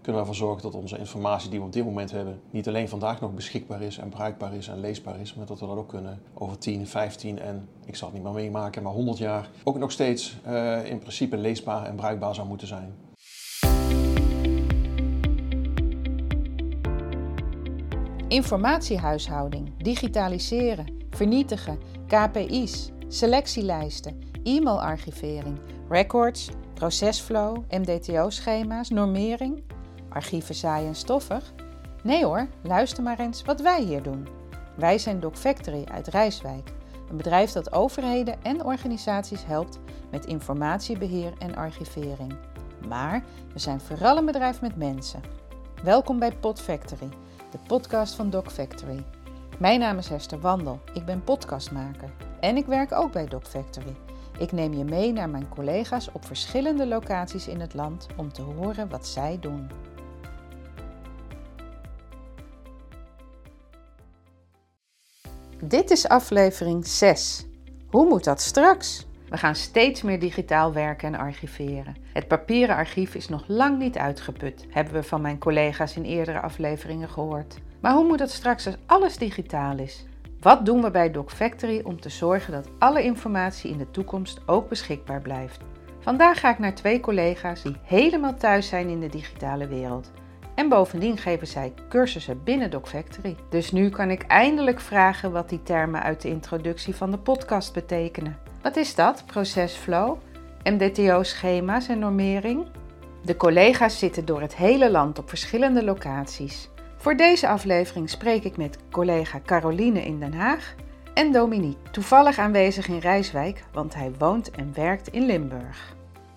kunnen we ervoor zorgen dat onze informatie die we op dit moment hebben niet alleen vandaag nog beschikbaar is en bruikbaar is en leesbaar is, maar dat we dat ook kunnen over 10, 15 en ik zal het niet meer meemaken, maar 100 jaar ook nog steeds in principe leesbaar en bruikbaar zou moeten zijn. Informatiehuishouding, digitaliseren, vernietigen, KPI's, selectielijsten, e-mailarchivering, records, procesflow, MDTO-schema's, normering, archieven saai en stoffig? Nee hoor, luister maar eens wat wij hier doen. Wij zijn Doc Factory uit Rijswijk, een bedrijf dat overheden en organisaties helpt met informatiebeheer en archivering. Maar we zijn vooral een bedrijf met mensen. Welkom bij Pod Factory, de podcast van Doc Factory. Mijn naam is Hester Wandel, ik ben podcastmaker en ik werk ook bij Doc Factory. Ik neem je mee naar mijn collega's op verschillende locaties in het land om te horen wat zij doen. Dit is aflevering 6. Hoe moet dat straks? We gaan steeds meer digitaal werken en archiveren. Het papieren archief is nog lang niet uitgeput, hebben we van mijn collega's in eerdere afleveringen gehoord. Maar hoe moet dat straks als alles digitaal is? Wat doen we bij Doc Factory om te zorgen dat alle informatie in de toekomst ook beschikbaar blijft? Vandaag ga ik naar 2 collega's die helemaal thuis zijn in de digitale wereld. En bovendien geven zij cursussen binnen Doc Factory. Dus nu kan ik eindelijk vragen wat die termen uit de introductie van de podcast betekenen. Wat is dat? Procesflow, MDTO-schema's en normering? De collega's zitten door het hele land op verschillende locaties. Voor deze aflevering spreek ik met collega Caroline in Den Haag en Dominique, toevallig aanwezig in Rijswijk, want hij woont en werkt in Limburg.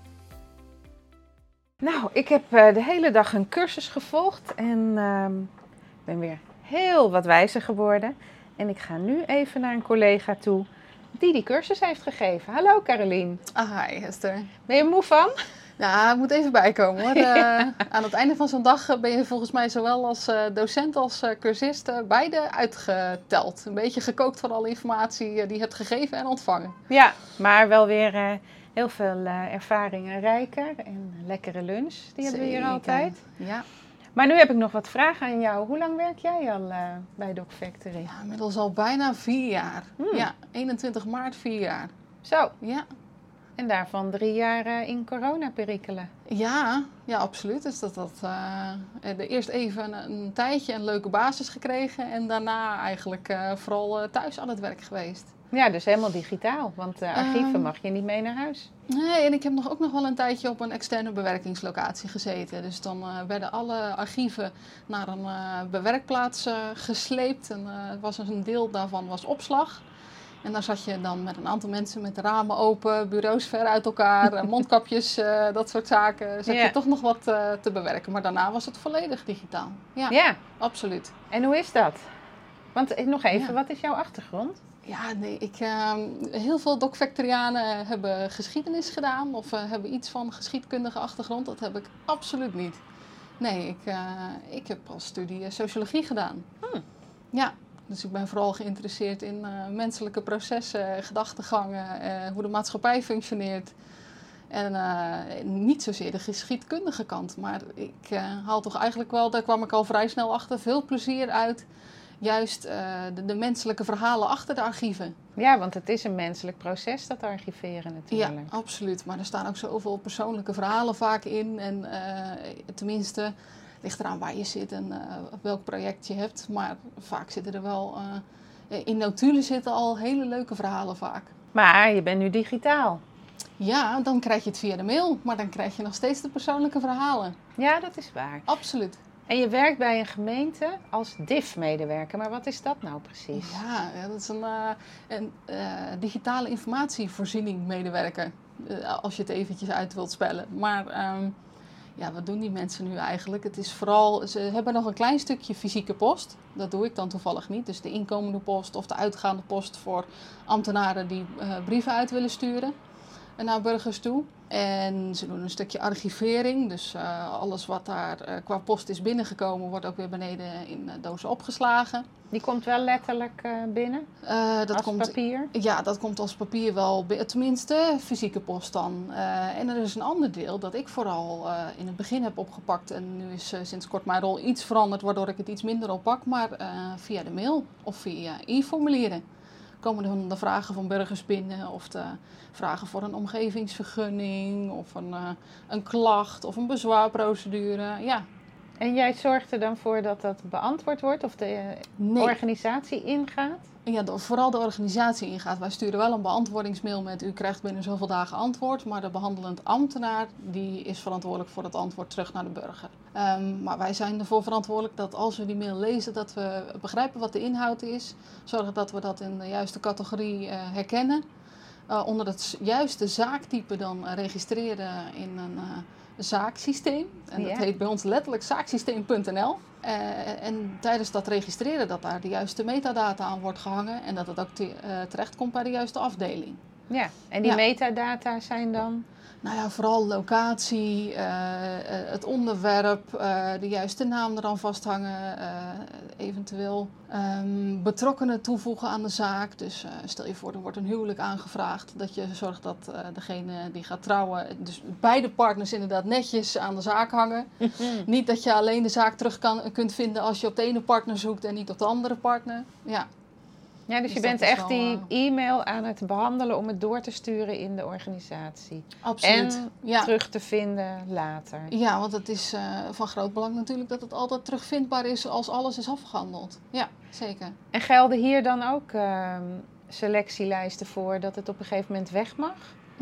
Nou, ik heb de hele dag een cursus gevolgd en ben weer heel wat wijzer geworden. En ik ga nu even naar een collega toe die cursus heeft gegeven. Hallo Caroline. Hi Hester. Ben je moe van? Ja, het moet even bijkomen hoor. Aan het einde van zo'n dag ben je volgens mij zowel als docent als cursist beide uitgeteld. Een beetje gekookt van alle informatie die je hebt gegeven en ontvangen. Ja, maar wel weer heel veel ervaringen rijker en een lekkere lunch. Die hebben we hier altijd. Ja. Maar nu heb ik nog wat vragen aan jou. Hoe lang werk jij al bij Doc Factory? Ja, inmiddels al bijna 4 jaar. Ja, 21 maart 4 jaar. Zo. Ja. En daarvan 3 jaar in coronaperikelen. Ja, absoluut. Dus eerst even een tijdje een leuke basis gekregen en daarna eigenlijk vooral thuis aan het werk geweest. Ja, dus helemaal digitaal, want archieven mag je niet mee naar huis. Nee, en ik heb ook nog wel een tijdje op een externe bewerkingslocatie gezeten. Dus dan werden alle archieven naar een bewerkplaats gesleept. En een deel daarvan was opslag. En daar zat je dan met een aantal mensen met de ramen open, bureaus ver uit elkaar, mondkapjes, dat soort zaken. Zat je toch nog wat te bewerken. Maar daarna was het volledig digitaal. Ja, absoluut. En hoe is dat? Want nog even, wat is jouw achtergrond? Ja, nee, heel veel Doc Factorianen hebben geschiedenis gedaan of hebben iets van geschiedkundige achtergrond. Dat heb ik absoluut niet. Nee, ik heb als studie sociologie gedaan. Ja, dus ik ben vooral geïnteresseerd in menselijke processen, gedachtegangen, hoe de maatschappij functioneert. En niet zozeer de geschiedkundige kant, maar ik haal toch eigenlijk wel, daar kwam ik al vrij snel achter, veel plezier uit. Juist de menselijke verhalen achter de archieven. Ja, want het is een menselijk proces, dat archiveren natuurlijk. Ja, absoluut. Maar er staan ook zoveel persoonlijke verhalen vaak in. En tenminste, het ligt eraan waar je zit en welk project je hebt. Maar vaak zitten er wel, in notulen zitten al hele leuke verhalen vaak. Maar je bent nu digitaal. Ja, dan krijg je het via de mail. Maar dan krijg je nog steeds de persoonlijke verhalen. Ja, dat is waar. Absoluut. En je werkt bij een gemeente als DIF-medewerker, maar wat is dat nou precies? Ja, dat is een digitale informatievoorziening medewerker, als je het eventjes uit wilt spellen. Maar wat doen die mensen nu eigenlijk? Het is vooral, ze hebben nog een klein stukje fysieke post. Dat doe ik dan toevallig niet. Dus de inkomende post of de uitgaande post voor ambtenaren die brieven uit willen sturen. naar burgers toe. En ze doen een stukje archivering, dus alles wat daar qua post is binnengekomen wordt ook weer beneden in dozen opgeslagen. Die komt wel letterlijk binnen? Als papier? Ja, dat komt als papier wel, tenminste fysieke post dan. En er is een ander deel dat ik vooral in het begin heb opgepakt. En nu is sinds kort mijn rol iets veranderd, waardoor ik het iets minder oppak. Maar via de mail of via e-formulieren komen dan de vragen van burgers binnen. Of de vragen voor een omgevingsvergunning, of een klacht of een bezwaarprocedure. Ja. En jij zorgt er dan voor dat dat beantwoord wordt of de organisatie ingaat? Ja, vooral de organisatie ingaat. Wij sturen wel een beantwoordingsmail met u krijgt binnen zoveel dagen antwoord. Maar de behandelend ambtenaar die is verantwoordelijk voor het antwoord terug naar de burger. Maar wij zijn ervoor verantwoordelijk dat als we die mail lezen, dat we begrijpen wat de inhoud is. Zorgen dat we dat in de juiste categorie herkennen. Onder het juiste zaaktype dan registreren in een zaaksysteem. En dat heet bij ons letterlijk zaaksysteem.nl. En tijdens dat registreren dat daar de juiste metadata aan wordt gehangen en dat het ook terecht komt bij de juiste afdeling. Ja, en die metadata zijn dan? Nou ja, vooral locatie, het onderwerp, de juiste naam eraan vasthangen, eventueel betrokkenen toevoegen aan de zaak. Dus stel je voor, er wordt een huwelijk aangevraagd, dat je zorgt dat degene die gaat trouwen, dus beide partners inderdaad netjes aan de zaak hangen. Niet dat je alleen de zaak terug kunt vinden als je op de ene partner zoekt en niet op de andere partner. Ja. Ja, dus je bent echt die e-mail aan het behandelen om het door te sturen in de organisatie. Absoluut. En terug te vinden later. Ja, want het is van groot belang natuurlijk dat het altijd terugvindbaar is als alles is afgehandeld. Ja, zeker. En gelden hier dan ook selectielijsten voor dat het op een gegeven moment weg mag?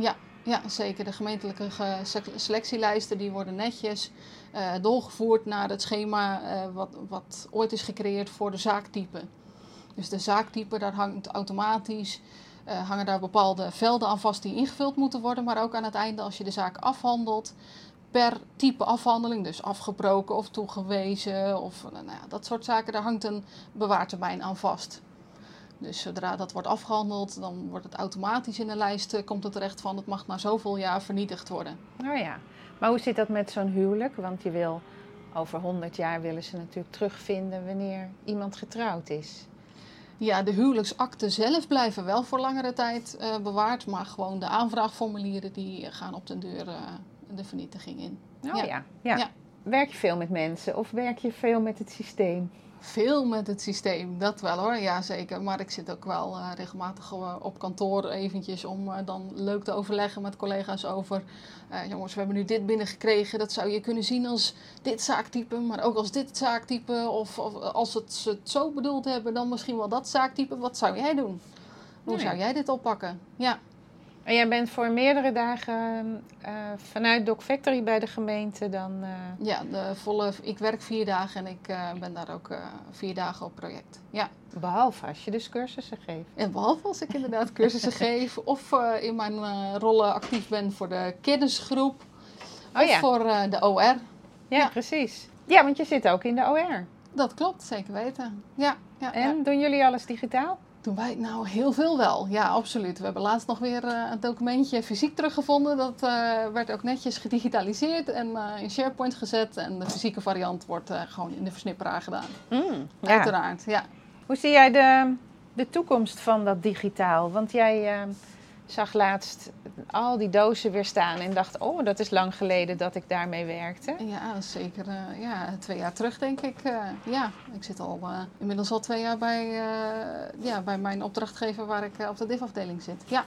Ja, zeker. De gemeentelijke selectielijsten die worden netjes doorgevoerd naar het schema wat ooit is gecreëerd voor de zaaktype. Dus de zaaktype, daar hangt automatisch, hangen daar bepaalde velden aan vast die ingevuld moeten worden. Maar ook aan het einde, als je de zaak afhandelt, per type afhandeling, dus afgebroken of toegewezen of dat soort zaken, daar hangt een bewaartermijn aan vast. Dus zodra dat wordt afgehandeld, dan wordt het automatisch in de lijst, komt het terecht van het mag na zoveel jaar vernietigd worden. Oh ja, maar hoe zit dat met zo'n huwelijk? Want je wil, over 100 jaar willen ze natuurlijk terugvinden wanneer iemand getrouwd is. Ja, de huwelijksakten zelf blijven wel voor langere tijd bewaard, maar gewoon de aanvraagformulieren die gaan op den deur de vernietiging in. Oh ja. Werk je veel met mensen of werk je veel met het systeem? Veel met het systeem, dat wel hoor, ja zeker. Maar ik zit ook wel regelmatig op kantoor eventjes om dan leuk te overleggen met collega's over... jongens, we hebben nu dit binnengekregen, dat zou je kunnen zien als dit zaaktype, maar ook als dit zaaktype. Of als ze het zo bedoeld hebben, dan misschien wel dat zaaktype. Wat zou jij doen? Hoe zou jij dit oppakken? Ja. En jij bent voor meerdere dagen vanuit Doc Factory bij de gemeente dan? Ja, ik werk 4 dagen en ik ben daar ook 4 dagen op project. Ja. Behalve als je dus cursussen geeft. En behalve als ik inderdaad cursussen geef of in mijn rollen actief ben voor de kennisgroep of voor de OR. Ja, precies. Ja, want je zit ook in de OR. Dat klopt, zeker weten. Ja, en doen jullie alles digitaal? Doen wij nou heel veel wel, ja absoluut. We hebben laatst nog weer een documentje fysiek teruggevonden. Dat werd ook netjes gedigitaliseerd en in SharePoint gezet. En de fysieke variant wordt gewoon in de versnipperaar gedaan. Uiteraard, ja. Hoe zie jij de toekomst van dat digitaal? Want jij zag laatst al die dozen weer staan en dacht, oh, dat is lang geleden dat ik daarmee werkte. Ja, zeker 2 jaar terug denk ik. Ik zit inmiddels al 2 jaar bij mijn opdrachtgever waar ik op de DIF-afdeling zit. Ja,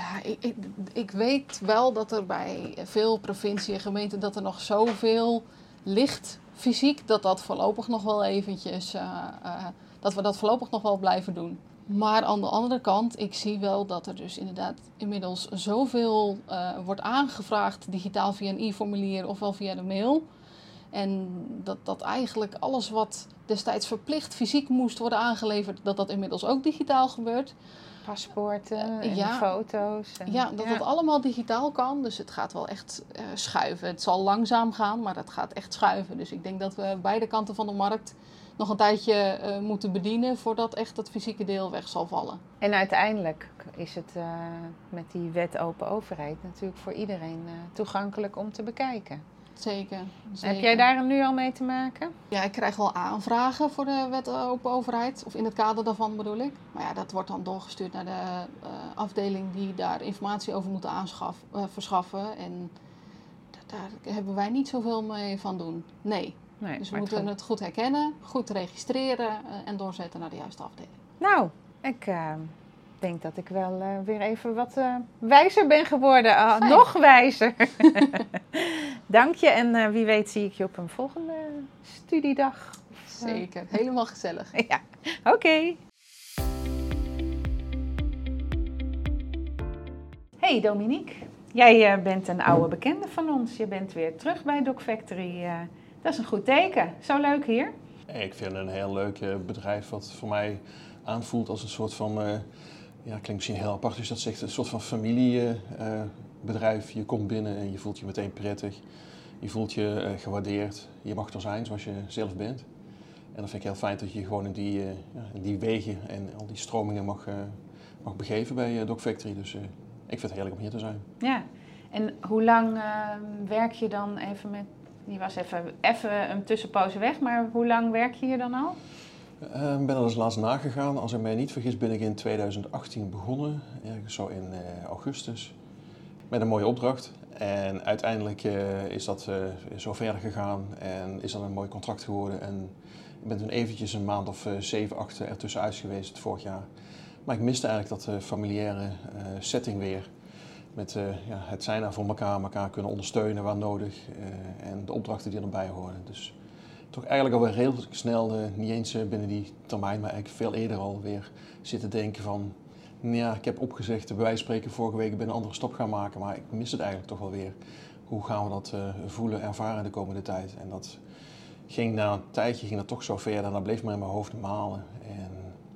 ik weet wel dat er bij veel provinciën en gemeenten dat er nog zoveel ligt fysiek, dat voorlopig nog wel eventjes, dat we dat voorlopig nog wel blijven doen. Maar aan de andere kant, ik zie wel dat er dus inderdaad inmiddels zoveel wordt aangevraagd digitaal via een e-formulier of wel via de mail. En dat eigenlijk alles wat destijds verplicht fysiek moest worden aangeleverd, dat inmiddels ook digitaal gebeurt. Paspoorten en foto's. Dat het allemaal digitaal kan. Dus het gaat wel echt schuiven. Het zal langzaam gaan, maar het gaat echt schuiven. Dus ik denk dat we beide kanten van de markt nog een tijdje moeten bedienen voordat echt het fysieke deel weg zal vallen. En uiteindelijk is het met die wet open overheid natuurlijk voor iedereen toegankelijk om te bekijken. Zeker. Heb jij daar nu al mee te maken? Ja, ik krijg wel aanvragen voor de wet open overheid, of in het kader daarvan bedoel ik. Maar ja, dat wordt dan doorgestuurd naar de afdeling die daar informatie over moet verschaffen. En daar hebben wij niet zoveel mee van doen. Nee. Dus we moeten het goed herkennen, goed registreren en doorzetten naar de juiste afdeling. Nou, ik denk dat ik wel weer even wat wijzer ben geworden. Nog wijzer. Dank je en wie weet zie ik je op een volgende studiedag. Zeker, helemaal gezellig. Ja, oké. Hey Dominique, jij bent een oude bekende van ons. Je bent weer terug bij Doc Factory. Dat is een goed teken. Zo leuk hier. Ik vind het een heel leuk bedrijf wat voor mij aanvoelt als een soort van, klinkt misschien heel apart als je dat zegt, een soort van familiebedrijf. Je komt binnen en je voelt je meteen prettig. Je voelt je gewaardeerd. Je mag er zijn zoals je zelf bent. En dat vind ik heel fijn dat je gewoon in die wegen en al die stromingen mag begeven bij Doc Factory. Dus ik vind het heerlijk om hier te zijn. Ja, en hoe lang werk je dan even met... Je was even een tussenpauze weg, maar hoe lang werk je hier dan al? Ik ben er dus laatst nagegaan. Als ik mij niet vergis ben ik in 2018 begonnen, ergens zo in augustus, met een mooie opdracht. En uiteindelijk is dat zo verder gegaan en is dat een mooi contract geworden. En ik ben toen eventjes een maand of 7, 8 ertussenuit geweest vorig jaar. Maar ik miste eigenlijk dat familiaire setting weer. Met het zijn er voor elkaar kunnen ondersteunen waar nodig en de opdrachten die erbij horen. Dus toch eigenlijk alweer redelijk snel, niet eens binnen die termijn, maar eigenlijk veel eerder alweer zitten denken van... Ja, ik heb opgezegd, bij wijze van spreken vorige week ben een andere stap gaan maken, maar ik mis het eigenlijk toch wel weer. Hoe gaan we dat voelen, ervaren de komende tijd? En dat ging na een tijdje toch zo verder en dat bleef maar in mijn hoofd malen. En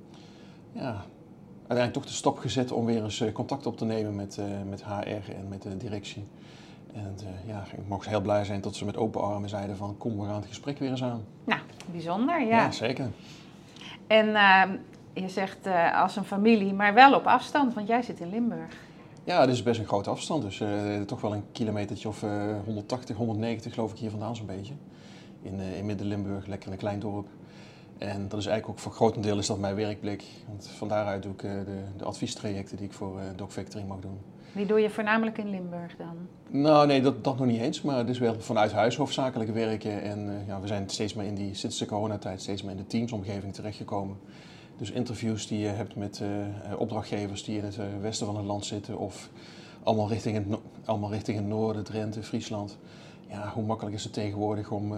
ja... Uiteindelijk toch de stap gezet om weer eens contact op te nemen met HR en met de directie. En ik mocht heel blij zijn dat ze met open armen zeiden van kom, we gaan het gesprek weer eens aan. Nou, bijzonder, ja. Ja, zeker. En je zegt als een familie, maar wel op afstand, want jij zit in Limburg. Ja, dit is best een grote afstand, dus toch wel een kilometertje of 180, 190 geloof ik hier vandaan zo'n beetje. In Midden-Limburg, lekker een klein dorp. En dat is eigenlijk ook voor grotendeel is dat mijn werkplek. Want van daaruit doe ik de adviestrajecten die ik voor Doc Factory mag doen. Die doe je voornamelijk in Limburg dan? Nou nee, dat nog niet eens. Maar het is wel vanuit huis hoofdzakelijk werken. En we zijn steeds meer sinds de coronatijd steeds meer in de teamsomgeving terechtgekomen. Dus interviews die je hebt met opdrachtgevers die in het westen van het land zitten. Of allemaal richting het noorden, Drenthe, Friesland. Ja, hoe makkelijk is het tegenwoordig om...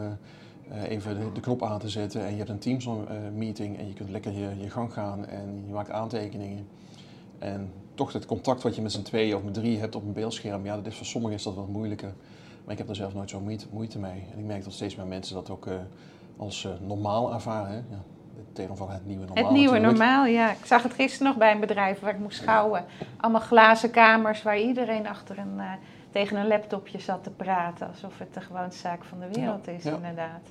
even de knop aan te zetten en je hebt een Teams-meeting en je kunt lekker je gang gaan en je maakt aantekeningen. En toch het contact wat je met z'n tweeën of met 3 hebt op een beeldscherm, ja, voor sommigen is dat wat moeilijker. Maar ik heb er zelf nooit zo moeite mee. En ik merk dat steeds meer mensen dat ook als normaal ervaren. Hè? Ja, het term van het nieuwe normaal. Het nieuwe natuurlijk. normaal, ja. Ik zag het gisteren nog bij een bedrijf waar ik moest schouwen. Allemaal glazen kamers waar iedereen tegen een laptopje zat te praten. Alsof het de gewoonste zaak van de wereld is, inderdaad.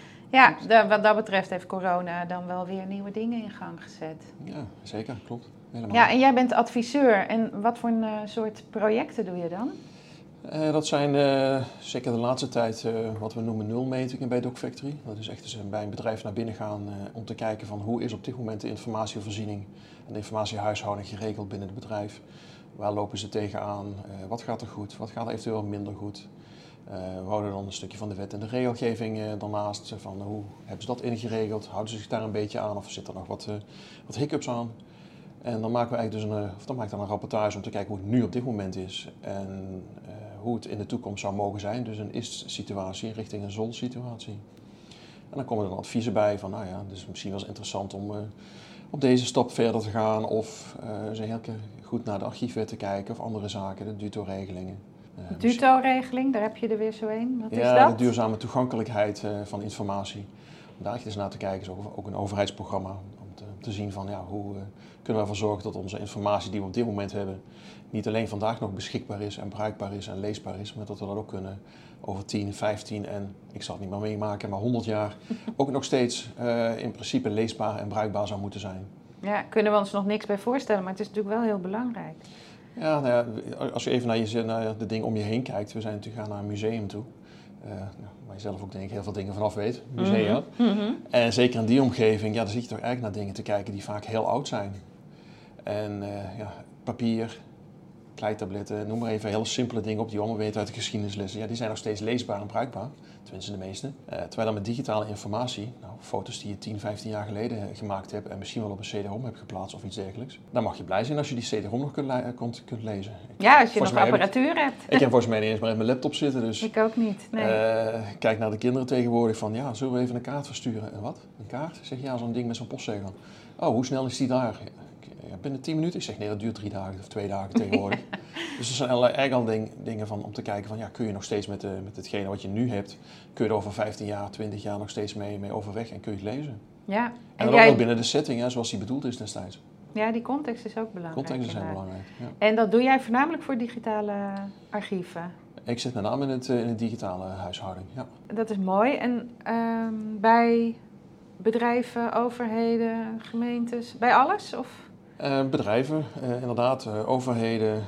Ja, wat dat betreft heeft corona dan wel weer nieuwe dingen in gang gezet. Ja, zeker, klopt. Helemaal. Ja, en jij bent adviseur. En wat voor een soort projecten doe je dan? Dat zijn zeker de laatste tijd wat we noemen nulmetingen bij Doc Factory. Dat is echt dus bij een bedrijf naar binnen gaan om te kijken van hoe is op dit moment de informatievoorziening en de informatiehuishouding geregeld binnen het bedrijf. Waar lopen ze tegenaan? Wat gaat er goed? Wat gaat er eventueel minder goed? We houden dan een stukje van de wet en de regelgeving daarnaast. Van hoe hebben ze dat ingeregeld? Houden ze zich daar een beetje aan of zit er nog wat hiccups aan? En dan maken we eigenlijk dus dan maak ik dan een rapportage om te kijken hoe het nu op dit moment is. En hoe het in de toekomst zou mogen zijn. Dus een is-situatie richting een zol-situatie. En dan komen er dan adviezen bij van nou ja, dus misschien wel eens interessant om op deze stap verder te gaan. Of ze heel goed naar de archiefwet te kijken of andere zaken, de DUTO-regelingen. DUTO-regeling, daar heb je er weer zo een. Wat is dat? Ja, de duurzame toegankelijkheid van informatie. Om daar eens naar te kijken is ook een overheidsprogramma. Om te zien van ja, hoe kunnen we ervoor zorgen dat onze informatie die we op dit moment hebben niet alleen vandaag nog beschikbaar is en bruikbaar is en leesbaar is, maar dat we dat ook kunnen over 10, 15 en ik zal het niet meer meemaken, maar 100 jaar ook nog steeds in principe leesbaar en bruikbaar zou moeten zijn. Ja, kunnen we ons nog niks bij voorstellen, maar het is natuurlijk wel heel belangrijk. Ja, nou ja, als je even naar de dingen om je heen kijkt. We zijn natuurlijk gaan naar een museum toe. Waar je zelf ook denk ik heel veel dingen vanaf weet. Musea. Mm-hmm. En zeker in die omgeving, ja, dan zit je toch eigenlijk naar dingen te kijken die vaak heel oud zijn. En papier, kleitabletten, noem maar even hele simpele dingen op die je allemaal weet uit de geschiedenislessen. Ja, die zijn nog steeds leesbaar en bruikbaar. Tenminste de meeste. Terwijl dan met digitale informatie, foto's die je 10, 15 jaar geleden gemaakt hebt en misschien wel op een CD-ROM hebt geplaatst of iets dergelijks. Dan mag je blij zijn als je die CD-ROM nog kunt lezen. Ja, als je nog apparatuur hebt. Ik heb volgens mij niet eens maar in mijn laptop zitten. Dus, ik ook niet, nee. Kijk naar de kinderen tegenwoordig van, ja, zullen we even een kaart versturen? En wat? Een kaart? Ik zeg, ja, zo'n ding met zo'n postzegel. Oh, hoe snel is die daar? Ja, binnen 10 minuten? Ik zeg, nee, dat duurt 3 dagen of 2 dagen tegenwoordig. Dus er zijn eigenlijk al dingen van, om te kijken van, ja, kun je nog steeds met hetgene wat je nu hebt, kun je er over 15 jaar, 20 jaar nog steeds mee overweg en kun je het lezen. Ja. En dan ook binnen de setting, hè, zoals die bedoeld is destijds. Ja, die context is ook belangrijk. Contexten zijn belangrijk, ja. En dat doe jij voornamelijk voor digitale archieven? Ik zit met name in het digitale huishouding, ja. Dat is mooi. En bij bedrijven, overheden, gemeentes, bij alles? Of? Bedrijven, inderdaad, overheden,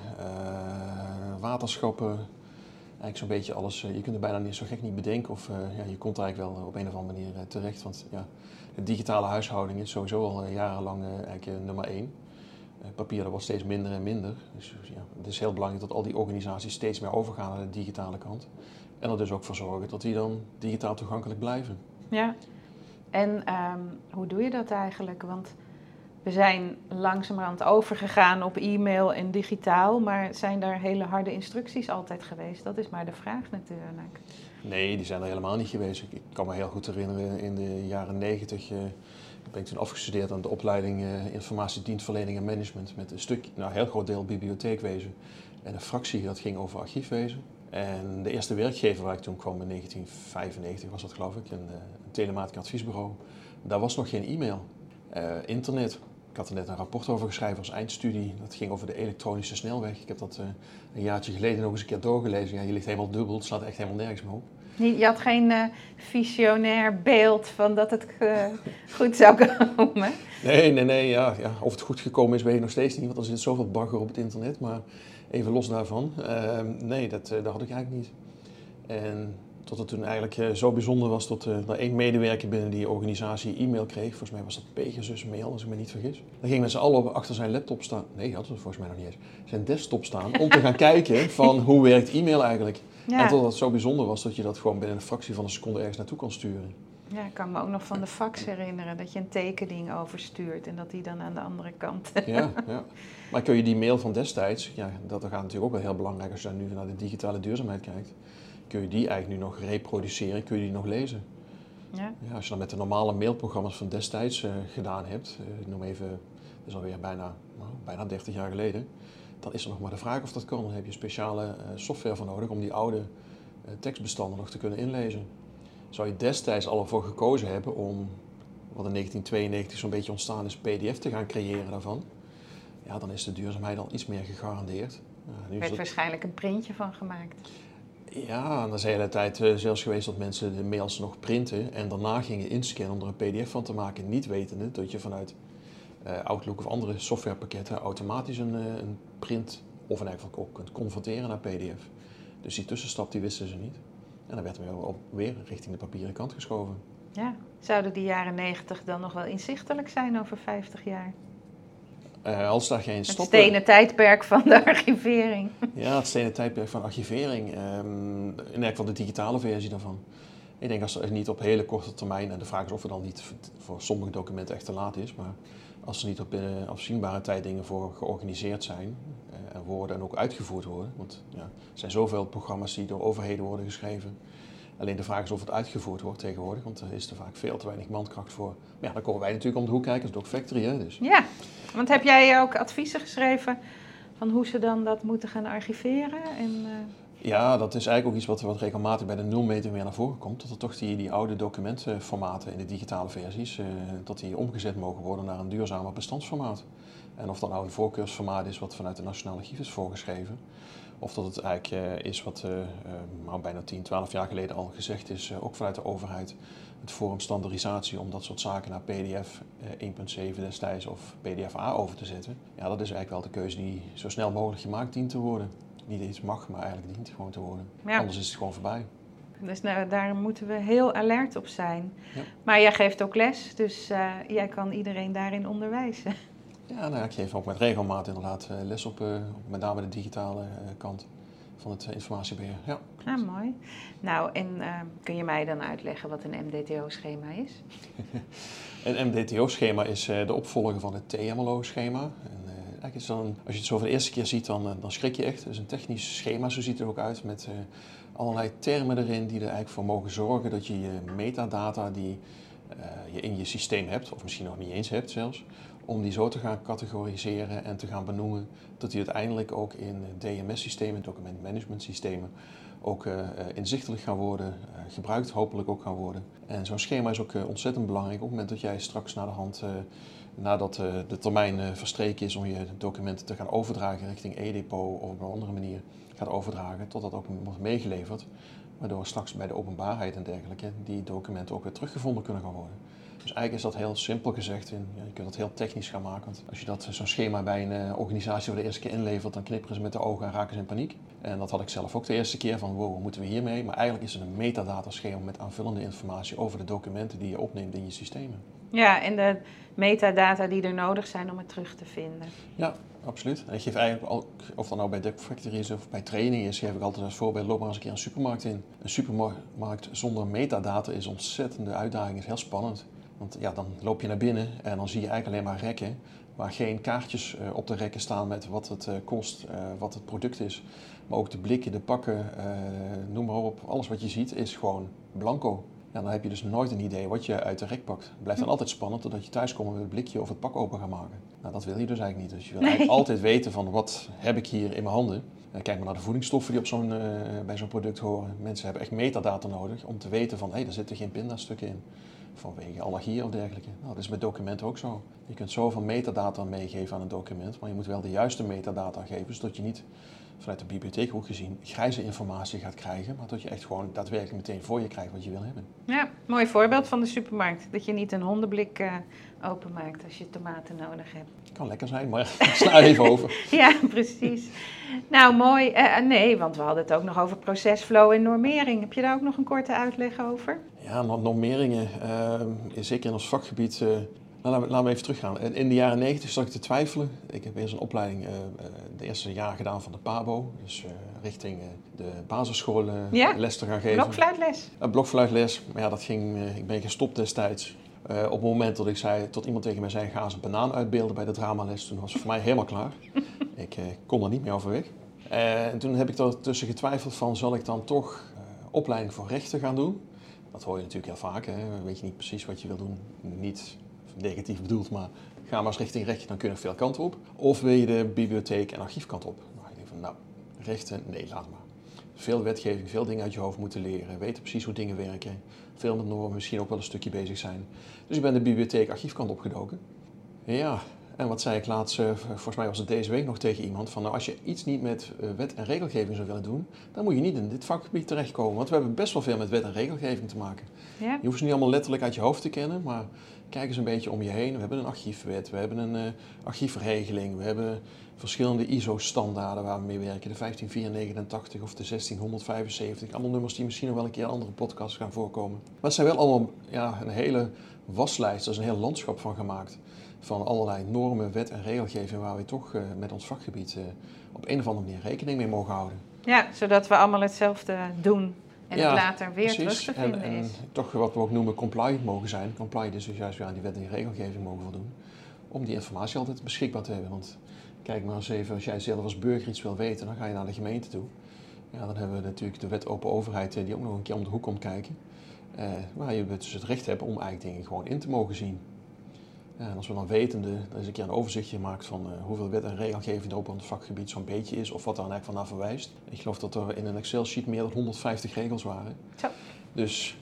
waterschappen, eigenlijk zo'n beetje alles. Je kunt er bijna niet zo gek niet bedenken of je komt er eigenlijk wel op een of andere manier terecht. Want ja, de digitale huishouding is sowieso al jarenlang eigenlijk nummer 1. Papier dat wordt steeds minder en minder. Dus ja, het is heel belangrijk dat al die organisaties steeds meer overgaan naar de digitale kant. En er dus ook voor zorgen dat die dan digitaal toegankelijk blijven. Ja, en hoe doe je dat eigenlijk? Want we zijn langzamerhand overgegaan op e-mail en digitaal, maar zijn daar hele harde instructies altijd geweest? Dat is maar de vraag natuurlijk. Nee, die zijn er helemaal niet geweest. Ik kan me heel goed herinneren, in de jaren 90 ben ik toen afgestudeerd aan de opleiding informatiedienstverlening en management met een stuk, een heel groot deel bibliotheekwezen en een fractie dat ging over archiefwezen. En de eerste werkgever waar ik toen kwam in 1995 was dat geloof ik, een telematisch adviesbureau. Daar was nog geen e-mail. Internet. Ik had er net een rapport over geschreven als eindstudie. Dat ging over de elektronische snelweg. Ik heb dat een jaartje geleden nog eens een keer doorgelezen. Ja, je ligt helemaal dubbel. Het slaat echt helemaal nergens meer op. Je had geen visionair beeld van dat het goed zou komen? Nee. Ja. Of het goed gekomen is, weet ik nog steeds niet. Want er zit zoveel bagger op het internet. Maar even los daarvan. Nee, dat had ik eigenlijk niet. En tot het toen eigenlijk zo bijzonder was dat er 1 medewerker binnen die organisatie e-mail kreeg. Volgens mij was dat Pegasus Mail, als ik me niet vergis. Dan ging met z'n allen achter zijn laptop staan. Nee, dat was volgens mij nog niet eens. Zijn desktop staan om te gaan kijken van hoe werkt e-mail eigenlijk. Ja. En totdat het zo bijzonder was dat je dat gewoon binnen een fractie van een seconde ergens naartoe kon sturen. Ja, ik kan me ook nog van de fax herinneren dat je een tekening overstuurt en dat die dan aan de andere kant... Ja. Maar kun je die mail van destijds, ja, dat gaat natuurlijk ook wel heel belangrijk als je nu naar de digitale duurzaamheid kijkt. Kun je die eigenlijk nu nog reproduceren, kun je die nog lezen. Ja. Ja, als je dat met de normale mailprogramma's van destijds gedaan hebt, ik noem even, dat is alweer bijna 30 jaar geleden, dan is er nog maar de vraag of dat kan. Dan heb je speciale software voor nodig om die oude tekstbestanden nog te kunnen inlezen. Zou je destijds al ervoor gekozen hebben om, wat in 1992 zo'n beetje ontstaan is, PDF te gaan creëren daarvan, ja, dan is de duurzaamheid al iets meer gegarandeerd. Er werd waarschijnlijk een printje van gemaakt. Ja, er is de hele tijd zelfs geweest dat mensen de mails nog printen en daarna gingen inscannen om er een PDF van te maken, niet wetende dat je vanuit Outlook of andere softwarepakketten automatisch een print of in ieder geval ook kunt converteren naar PDF. Dus die tussenstap die wisten ze niet. En dan werd weer richting de papieren kant geschoven. Ja, zouden die jaren 90 dan nog wel inzichtelijk zijn over 50 jaar? Als daar geen Het stoppen... stenen tijdperk van de archivering. Ja, het stenen tijdperk van archivering. In ieder geval de digitale versie daarvan. Ik denk als er niet op hele korte termijn, en de vraag is of er dan niet voor sommige documenten echt te laat is, maar als er niet op binnen afzienbare tijd dingen voor georganiseerd zijn en worden en ook uitgevoerd worden, want ja, er zijn zoveel programma's die door overheden worden geschreven. Alleen de vraag is of het uitgevoerd wordt tegenwoordig, want er is er vaak veel te weinig mankracht voor. Maar ja, dan komen wij natuurlijk om de hoek kijken, als Doc Factory. Hè, dus. Ja, want heb jij ook adviezen geschreven van hoe ze dan dat moeten gaan archiveren? En, Ja, dat is eigenlijk ook iets wat regelmatig bij de nulmeting weer naar voren komt. Dat er toch die oude documentformaten in de digitale versies, dat die omgezet mogen worden naar een duurzamer bestandsformaat. En of dat nou een voorkeursformaat is wat vanuit de Nationaal Archief is voorgeschreven. Of dat het eigenlijk is wat bijna 10, 12 jaar geleden al gezegd is, ook vanuit de overheid. Het Forum Standaardisatie om dat soort zaken naar PDF 1.7 destijds of PDF-A over te zetten. Ja, dat is eigenlijk wel de keuze die zo snel mogelijk gemaakt dient te worden. Niet eens mag, maar eigenlijk dient gewoon te worden. Ja. Anders is het gewoon voorbij. Dus daar moeten we heel alert op zijn. Ja. Maar jij geeft ook les, dus jij kan iedereen daarin onderwijzen. Ja, ik geef ook met regelmaat inderdaad les op met name de digitale kant van het informatiebeheer. Ja, mooi. Nou, en kun je mij dan uitleggen wat een MDTO-schema is? Een MDTO-schema is de opvolger van het TMLO-schema. Eigenlijk is dan, als je het zo voor de eerste keer ziet, dan schrik je echt. Het is een technisch schema, zo ziet het er ook uit, met allerlei termen erin die er eigenlijk voor mogen zorgen dat je je metadata die je in je systeem hebt, of misschien nog niet eens hebt zelfs, om die zo te gaan categoriseren en te gaan benoemen, dat die uiteindelijk ook in DMS-systemen, document-management-systemen, ook inzichtelijk gaan worden, gebruikt hopelijk ook gaan worden. En zo'n schema is ook ontzettend belangrijk op het moment dat jij straks naar de hand, nadat de termijn verstreken is om je documenten te gaan overdragen richting e-depot of op een andere manier gaat overdragen, totdat ook wordt meegeleverd, waardoor straks bij de openbaarheid en dergelijke die documenten ook weer teruggevonden kunnen gaan worden. Dus eigenlijk is dat heel simpel gezegd. Je kunt dat heel technisch gaan maken. Want als je zo'n schema bij een organisatie voor de eerste keer inlevert, dan knipperen ze met de ogen en raken ze in paniek. En dat had ik zelf ook de eerste keer van, wow, wat moeten we hiermee? Maar eigenlijk is het een metadataschema met aanvullende informatie over de documenten die je opneemt in je systemen. Ja, en de metadata die er nodig zijn om het terug te vinden. Ja, absoluut. En ik geef eigenlijk ook, of dat nou bij Duck Factory is of bij training is, geef ik altijd als voorbeeld, loop maar eens een keer een supermarkt in. Een supermarkt zonder metadata is een ontzettende uitdaging, is heel spannend. Want ja, dan loop je naar binnen en dan zie je eigenlijk alleen maar rekken waar geen kaartjes op de rekken staan met wat het kost, wat het product is. Maar ook de blikken, de pakken, noem maar op. Alles wat je ziet is gewoon blanco. Ja, dan heb je dus nooit een idee wat je uit de rek pakt. Het blijft dan altijd spannend totdat je thuis komt met het blikje of het pak open gaat maken. Nou, dat wil je dus eigenlijk niet. Dus je wil eigenlijk altijd weten van wat heb ik hier in mijn handen. Kijk maar naar de voedingsstoffen die bij zo'n product horen. Mensen hebben echt metadata nodig om te weten van, daar zitten geen pindastukken in. Vanwege allergieën of dergelijke. Nou, dat is met documenten ook zo. Je kunt zoveel metadata meegeven aan een document, maar je moet wel de juiste metadata geven, zodat je niet vanuit de bibliotheek ook gezien grijze informatie gaat krijgen, maar dat je echt gewoon daadwerkelijk meteen voor je krijgt wat je wil hebben. Ja, mooi voorbeeld van de supermarkt. Dat je niet een hondenblik openmaakt als je tomaten nodig hebt. Kan lekker zijn, maar ik sla even over. Ja, precies. Nou, mooi. Nee, want we hadden het ook nog over procesflow en normering. Heb je daar ook nog een korte uitleg over? Ja, normeringen, zeker in ons vakgebied. Laten we even teruggaan. In de jaren 90 zat ik te twijfelen. Ik heb eerst een opleiding, de eerste jaar gedaan van de PABO. Dus richting de basisscholen les te gaan geven. Blokfluitles. Blokfluitles. Maar ja, ik ben gestopt destijds. Op het moment dat ik zei, tot iemand tegen mij zei, ga eens een banaan uitbeelden bij de dramales. Toen was het voor mij helemaal klaar. Ik kon er niet meer over weg. En toen heb ik er tussen getwijfeld van, zal ik dan toch opleiding voor rechten gaan doen? Dat hoor je natuurlijk heel vaak. Hè? Weet je niet precies wat je wil doen. Niet negatief bedoeld, maar ga maar eens richting rechten, dan kun je nog veel kanten op. Of wil je de bibliotheek en archiefkant op? Nou, ik denk van, rechten, nee, laat maar. Veel wetgeving, veel dingen uit je hoofd moeten leren, weten precies hoe dingen werken. Veel met normen, misschien ook wel een stukje bezig zijn. Dus ik ben de bibliotheek archiefkant opgedoken. Ja, en wat zei ik laatst, volgens mij was het deze week nog tegen iemand, van als je iets niet met wet en regelgeving zou willen doen, dan moet je niet in dit vakgebied terechtkomen. Want we hebben best wel veel met wet en regelgeving te maken. Ja. Je hoeft ze niet allemaal letterlijk uit je hoofd te kennen, maar kijk eens een beetje om je heen. We hebben een archiefwet, we hebben een archiefregeling, we hebben verschillende ISO-standaarden waar we mee werken. De 15489 of de 16175. Allemaal nummers die misschien nog wel een keer in andere podcasts gaan voorkomen. Maar het zijn wel allemaal een hele waslijst, daar is een heel landschap van gemaakt. Van allerlei normen, wet en regelgeving waar we toch met ons vakgebied op een of andere manier rekening mee mogen houden. Ja, zodat we allemaal hetzelfde doen. En het later weer terug te vinden en toch wat we ook noemen compliant mogen zijn. Compliant is dus juist weer aan die wet en die regelgeving mogen voldoen. Om die informatie altijd beschikbaar te hebben. Want kijk maar eens even, als jij zelf als burger iets wil weten, dan ga je naar de gemeente toe. Ja, dan hebben we natuurlijk de wet open overheid die ook nog een keer om de hoek komt kijken. Waar je dus het recht hebt om eigenlijk dingen gewoon in te mogen zien. En als we dan wetende, er is een keer een overzichtje gemaakt van hoeveel wet en regelgeving er op het vakgebied zo'n beetje is, of wat daar eigenlijk van naar verwijst. Ik geloof dat er in een Excel-sheet meer dan 150 regels waren. Zo. Dus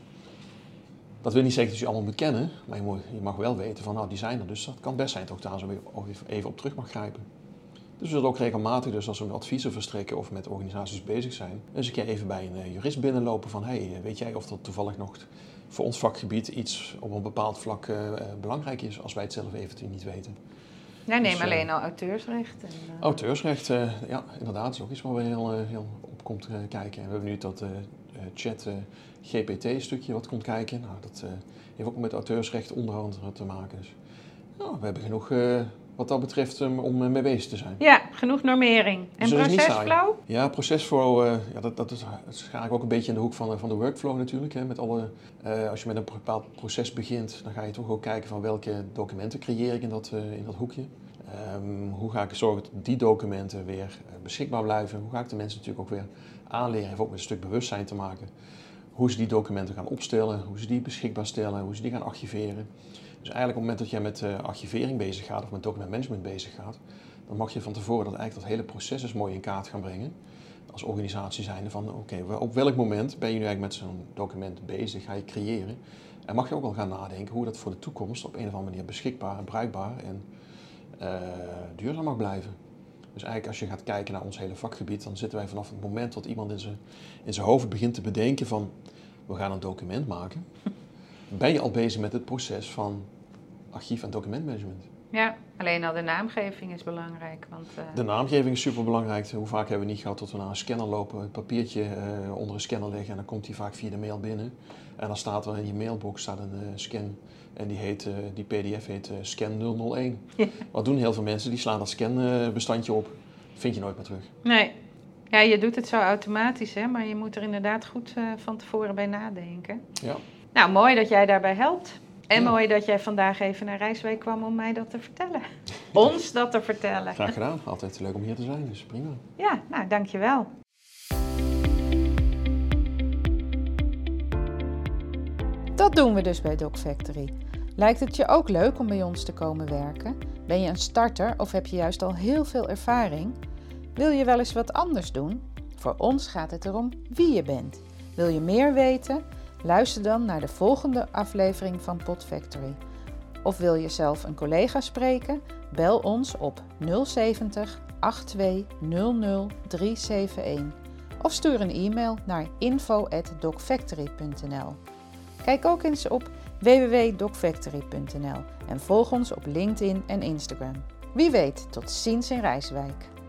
dat wil niet zeggen dat je allemaal moet kennen, maar je mag wel weten van, nou, die zijn er. Dus dat kan best zijn dat ik daar zo even op terug mag grijpen. Dus we zullen ook regelmatig, dus als we adviezen verstrekken of met organisaties bezig zijn, eens een keer even bij een jurist binnenlopen van, hey, weet jij of dat toevallig nog voor ons vakgebied iets op een bepaald vlak belangrijk is, als wij het zelf eventueel niet weten. Nee, neem Dus, alleen al auteursrecht. Auteursrecht, ja, inderdaad, is ook iets waar we heel op komt kijken. En we hebben nu dat chat GPT-stukje wat komt kijken. Nou, dat heeft ook met auteursrecht onderhand te maken. Dus we hebben genoeg wat dat betreft om mee bezig te zijn. Ja, genoeg normering. En Dus dat is niet saai. procesflow? Ja, procesflow, dat is eigenlijk ook een beetje in de hoek van de workflow natuurlijk. Hè. Met als je met een bepaald proces begint, dan ga je toch ook kijken van welke documenten creëer ik in dat hoekje. Hoe ga ik zorgen dat die documenten weer beschikbaar blijven? Hoe ga ik de mensen natuurlijk ook weer aanleren? Heeft ook met een stuk bewustzijn te maken. Hoe ze die documenten gaan opstellen, hoe ze die beschikbaar stellen, hoe ze die gaan archiveren. Dus eigenlijk op het moment dat jij met archivering bezig gaat of met documentmanagement bezig gaat, dan mag je van tevoren dat eigenlijk dat hele proces eens mooi in kaart gaan brengen. Als organisatie zijnde van oké, op welk moment ben je nu eigenlijk met zo'n document bezig, ga je creëren. En mag je ook wel gaan nadenken hoe dat voor de toekomst op een of andere manier beschikbaar en bruikbaar en duurzaam mag blijven. Dus eigenlijk als je gaat kijken naar ons hele vakgebied, dan zitten wij vanaf het moment dat iemand in zijn hoofd begint te bedenken van we gaan een document maken, ben je al bezig met het proces van archief- en documentmanagement. Ja, alleen al de naamgeving is belangrijk. Want, De naamgeving is superbelangrijk. Hoe vaak hebben we niet gehad dat we naar een scanner lopen, het papiertje onder een scanner leggen en dan komt die vaak via de mail binnen. En dan staat er in je mailbox een scan en die pdf heet scan 001. Ja. Wat doen heel veel mensen? Die slaan dat scanbestandje op. Vind je nooit meer terug. Nee, ja, je doet het zo automatisch, hè, maar je moet er inderdaad goed van tevoren bij nadenken. Ja. Nou, mooi dat jij daarbij helpt. En Ja. mooi dat jij vandaag even naar Rijswijk kwam om mij dat te vertellen. Ons dat te vertellen. Graag gedaan. Altijd leuk om hier te zijn, dus prima. Ja, nou, dankjewel. Dat doen we dus bij Doc Factory. Lijkt het je ook leuk om bij ons te komen werken? Ben je een starter of heb je juist al heel veel ervaring? Wil je wel eens wat anders doen? Voor ons gaat het erom wie je bent. Wil je meer weten? Luister dan naar de volgende aflevering van Pod Factory. Of wil je zelf een collega spreken? Bel ons op 070 82 00 371 of stuur een e-mail naar info@docfactory.nl. Kijk ook eens op www.docfactory.nl en volg ons op LinkedIn en Instagram. Wie weet, tot ziens in Rijswijk.